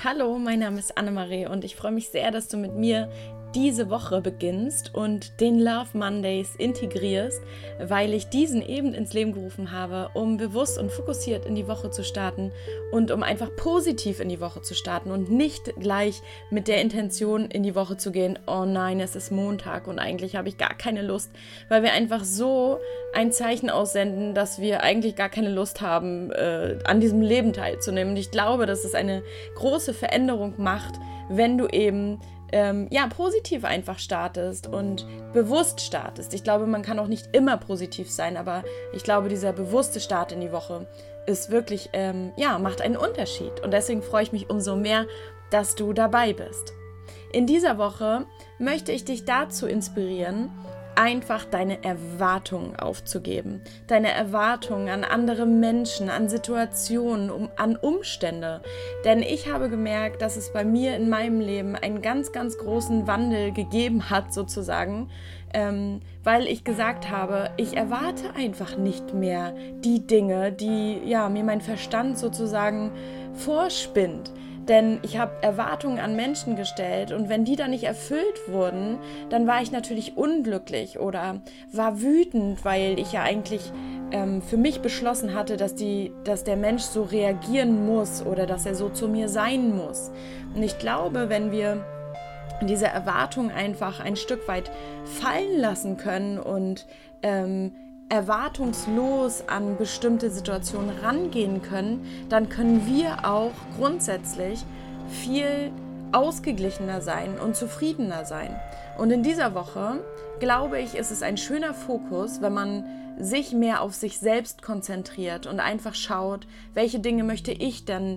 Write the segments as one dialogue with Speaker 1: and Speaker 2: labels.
Speaker 1: Hallo, mein Name ist Annemarie und ich freue mich sehr, dass du mit mir diese Woche beginnst und den Love Mondays integrierst, weil ich diesen eben ins Leben gerufen habe, um bewusst und fokussiert in die Woche zu starten und um einfach positiv in die Woche zu starten und nicht gleich mit der Intention in die Woche zu gehen, oh nein, es ist Montag und eigentlich habe ich gar keine Lust, weil wir einfach so ein Zeichen aussenden, dass wir eigentlich gar keine Lust haben, an diesem Leben teilzunehmen. Und ich glaube, dass es eine große Veränderung macht, wenn du eben positiv einfach startest und bewusst startest. Ich glaube, man kann auch nicht immer positiv sein, aber ich glaube, dieser bewusste Start in die Woche ist wirklich, macht einen Unterschied. Und deswegen freue ich mich umso mehr, dass du dabei bist. In dieser Woche möchte ich dich dazu inspirieren, einfach deine Erwartungen aufzugeben. Deine Erwartungen an andere Menschen, an Situationen, an Umstände. Denn ich habe gemerkt, dass es bei mir in meinem Leben einen ganz, ganz großen Wandel gegeben hat, sozusagen, weil ich gesagt habe, ich erwarte einfach nicht mehr die Dinge, die mir mein Verstand sozusagen vorspinnt. Denn ich habe Erwartungen an Menschen gestellt und wenn die dann nicht erfüllt wurden, dann war ich natürlich unglücklich oder war wütend, weil ich ja eigentlich für mich beschlossen hatte, dass der Mensch so reagieren muss oder dass er so zu mir sein muss. Und ich glaube, wenn wir diese Erwartung einfach ein Stück weit fallen lassen können und erwartungslos an bestimmte Situationen rangehen können, dann können wir auch grundsätzlich viel ausgeglichener sein und zufriedener sein. Und in dieser Woche, glaube ich, ist es ein schöner Fokus, wenn man sich mehr auf sich selbst konzentriert und einfach schaut, welche Dinge möchte ich denn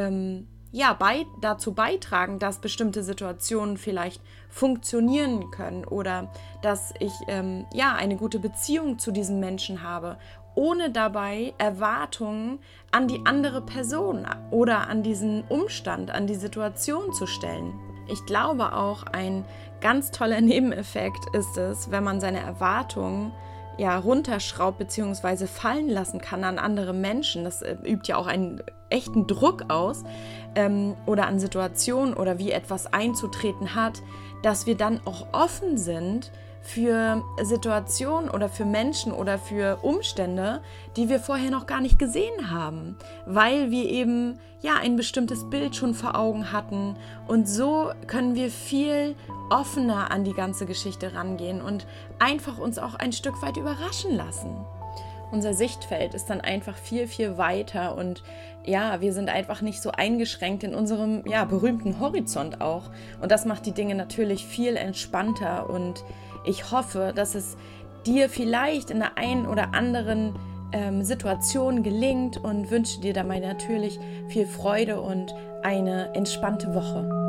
Speaker 1: dazu beitragen, dass bestimmte Situationen vielleicht funktionieren können oder dass ich eine gute Beziehung zu diesen Menschen habe, ohne dabei Erwartungen an die andere Person oder an diesen Umstand, an die Situation zu stellen. Ich glaube auch, ein ganz toller Nebeneffekt ist es, wenn man seine Erwartungen runterschraubt bzw. fallen lassen kann an andere Menschen. Das übt ja auch einen echten Druck aus oder an Situationen oder wie etwas einzutreten hat, dass wir dann auch offen sind für Situationen oder für Menschen oder für Umstände, die wir vorher noch gar nicht gesehen haben, weil wir eben ein bestimmtes Bild schon vor Augen hatten und so können wir viel offener an die ganze Geschichte rangehen und einfach uns auch ein Stück weit überraschen lassen. Unser Sichtfeld ist dann einfach viel, viel weiter und wir sind einfach nicht so eingeschränkt in unserem berühmten Horizont auch und das macht die Dinge natürlich viel entspannter und ich hoffe, dass es dir vielleicht in der einen oder anderen Situation gelingt und wünsche dir dabei natürlich viel Freude und eine entspannte Woche.